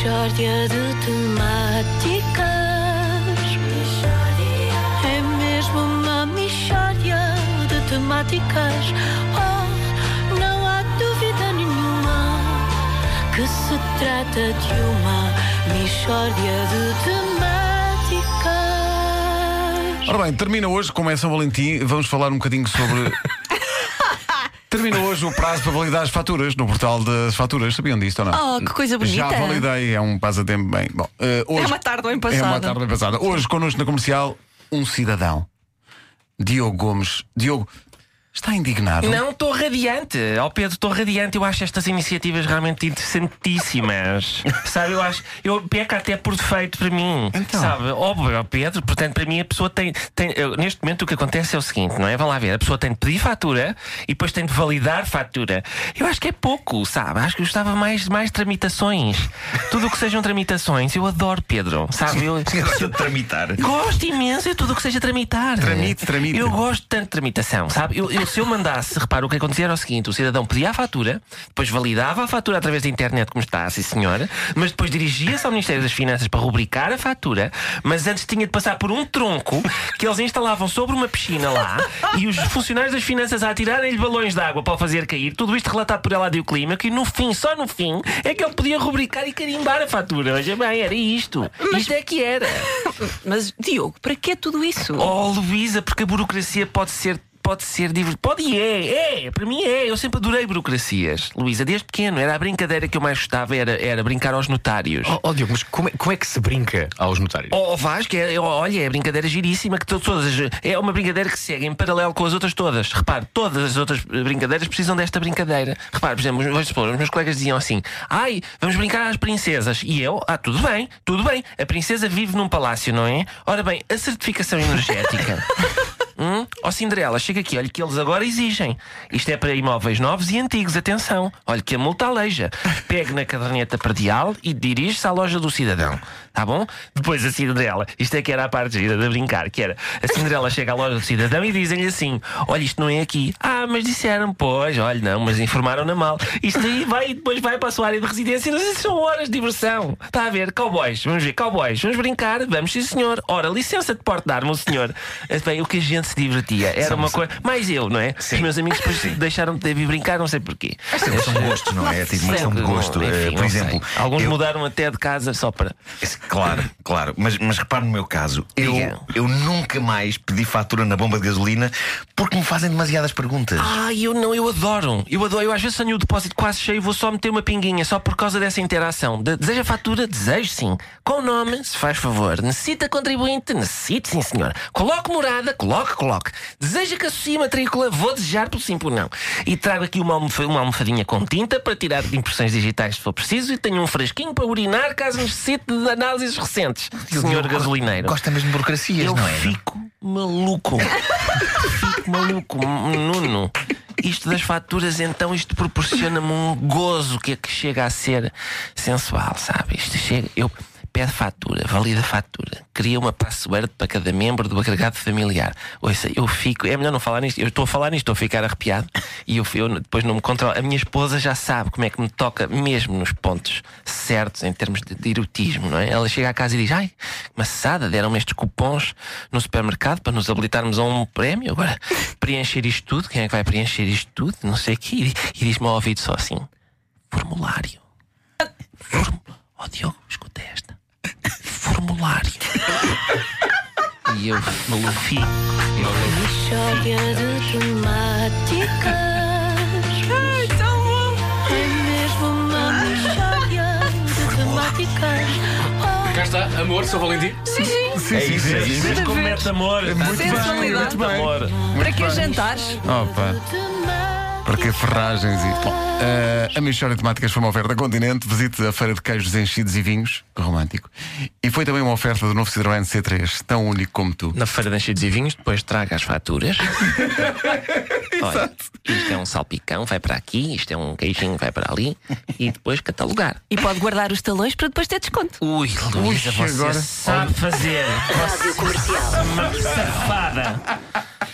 Mixórdia de temáticas. É mesmo uma mixórdia de temáticas. Oh, não há dúvida nenhuma que se trata de uma mixórdia de temáticas. Ora bem, termina hoje, como é São Valentim, vamos falar um bocadinho sobre... Termina hoje o prazo para validar as faturas no portal das faturas. Sabiam disto ou não? Oh, que coisa bonita. Já validei, é um passatempo bem. Bom, hoje, É uma tarde bem passada. É uma tarde bem passada. Hoje, connosco na comercial, um cidadão, Diogo Gomes. Diogo, está indignado? Não, estou radiante. Ó Pedro, estou radiante. Eu acho estas iniciativas realmente interessantíssimas. Sabe, eu peco até por defeito para mim. Então. Sabe, óbvio, Pedro, portanto, para mim a pessoa tem neste momento o que acontece é o seguinte, não é? Vão lá ver, a pessoa tem de pedir fatura e depois tem de validar fatura. Eu acho que é pouco, sabe? Acho que eu gostava mais tramitações. Tudo o que sejam tramitações, eu adoro, Pedro. Sabe? Eu gosto de tramitar. gosto imenso de tudo o que seja tramitar. Tramite. Eu gosto tanto de tramitação, sabe? Se eu mandasse, repara, o que acontecia era o seguinte: o cidadão pedia a fatura, depois validava a fatura através da internet, como está, sim senhora, mas depois dirigia-se ao Ministério das Finanças para rubricar a fatura, mas antes tinha de passar por um tronco que eles instalavam sobre uma piscina lá e os funcionários das finanças a atirarem-lhe balões de água para o fazer cair, tudo isto relatado por Eladio Climaco, e no fim, só no fim, é que ele podia rubricar e carimbar a fatura. Veja bem, era isto. Isto é que era. Mas, Diogo, para que tudo isso? Oh, Luísa, porque a burocracia pode ser divertido. Pode e é. Para mim é. Eu sempre adorei burocracias, Luísa, desde pequeno. Era a brincadeira que eu mais gostava, era brincar aos notários. Oh Diogo, mas como é que se brinca aos notários? Oh Vasco, olha, é a brincadeira giríssima que é uma brincadeira que segue em paralelo com as outras todas. Repare, todas as outras brincadeiras precisam desta brincadeira. Repare, por exemplo, vamos supor, os meus colegas diziam assim: ai, vamos brincar às princesas. E eu, tudo bem. A princesa vive num palácio, não é? Ora bem, a certificação energética. Ó Cinderela, chega aqui, olha que eles agora exigem. Isto é para imóveis novos e antigos, atenção. Olha que a multa aleija. Pegue na caderneta predial e dirige-se à loja do cidadão. Tá bom? Depois a Cinderela, isto é que era a parte gira de brincar, que era a Cinderela chega à loja do cidadão e dizem-lhe assim: olha, isto não é aqui. Mas disseram, pois, olha, não, mas informaram-na mal. Isto aí vai e depois vai para a sua área de residência. Não sei se são horas de diversão. Está a ver, cowboys, vamos ver, cowboys, vamos brincar, vamos sim senhor. Ora, licença de porte de arma, o senhor. Bem, o que a gente se divertia era uma coisa. Mais eu, não é? Sim. Os meus amigos depois deixaram de vir brincar, não sei porquê. São gostos, não é? É tipo uma questão de gosto. Enfim, Por não exemplo, sei. Alguns mudaram até de casa só para. Claro. Mas repare no meu caso. Diga. Eu nunca mais pedi fatura na bomba de gasolina porque me fazem demasiadas perguntas. Eu adoro. Eu às vezes tenho o depósito quase cheio e vou só meter uma pinguinha só por causa dessa interação. Deseja fatura? Desejo, sim. Com o nome, se faz favor. Necessita contribuinte? Necessito, sim senhor. Coloque morada? Coloque. Deseja que associe matrícula? Vou desejar pelo sim, por não. E trago aqui uma almofadinha com tinta para tirar impressões digitais se for preciso, e tenho um frasquinho para urinar caso necessite de análises recentes. Senhor gasolineiro. Gosta mesmo de burocracias, Eu não é? fico maluco. Nuno. Isto das faturas, então, isto proporciona-me um gozo que chega a ser sensual, sabe? Eu peço fatura, valida fatura, cria uma password para cada membro do agregado familiar. Ouça, eu fico, é melhor não falar nisto. Eu estou a falar nisto, estou a ficar arrepiado e eu depois não me controlo. A minha esposa já sabe como é que me toca mesmo nos pontos certos em termos de erotismo, não é? Ela chega à casa e diz: ai, maçada, deram-me estes cupons no supermercado para nos habilitarmos a um prémio. Agora, preencher isto tudo, quem é que vai preencher isto tudo? Não sei o quê. E diz-me ao ouvido só assim: formulário. Oh Diogo, escuta esta. Formulário. E eu fico. Mixórdia de temáticas. Tão bom. É mesmo uma mixórdia de temáticas. Cá está, amor, São Valentim. Sim. É isso. Mas como mete amor. Muito Sensualidade. bem. Amor. Para que jantares? Opa, para que ferragens e... Bom, a Mixórdia de Temáticas foi uma oferta Continente. Visite a Feira de Queijos Enchidos e Vinhos, romântico. E foi também uma oferta do novo Citroën C3, tão único como tu. Na feira de enchidos e vinhos, depois traga as faturas. Olha, isto é um salpicão, vai para aqui. Isto é um queijinho, vai para ali. E depois catalogar. E pode guardar os talões para depois ter desconto. Ui, Luísa, você agora... sabe fazer. Rádio Comercial. Uma safada.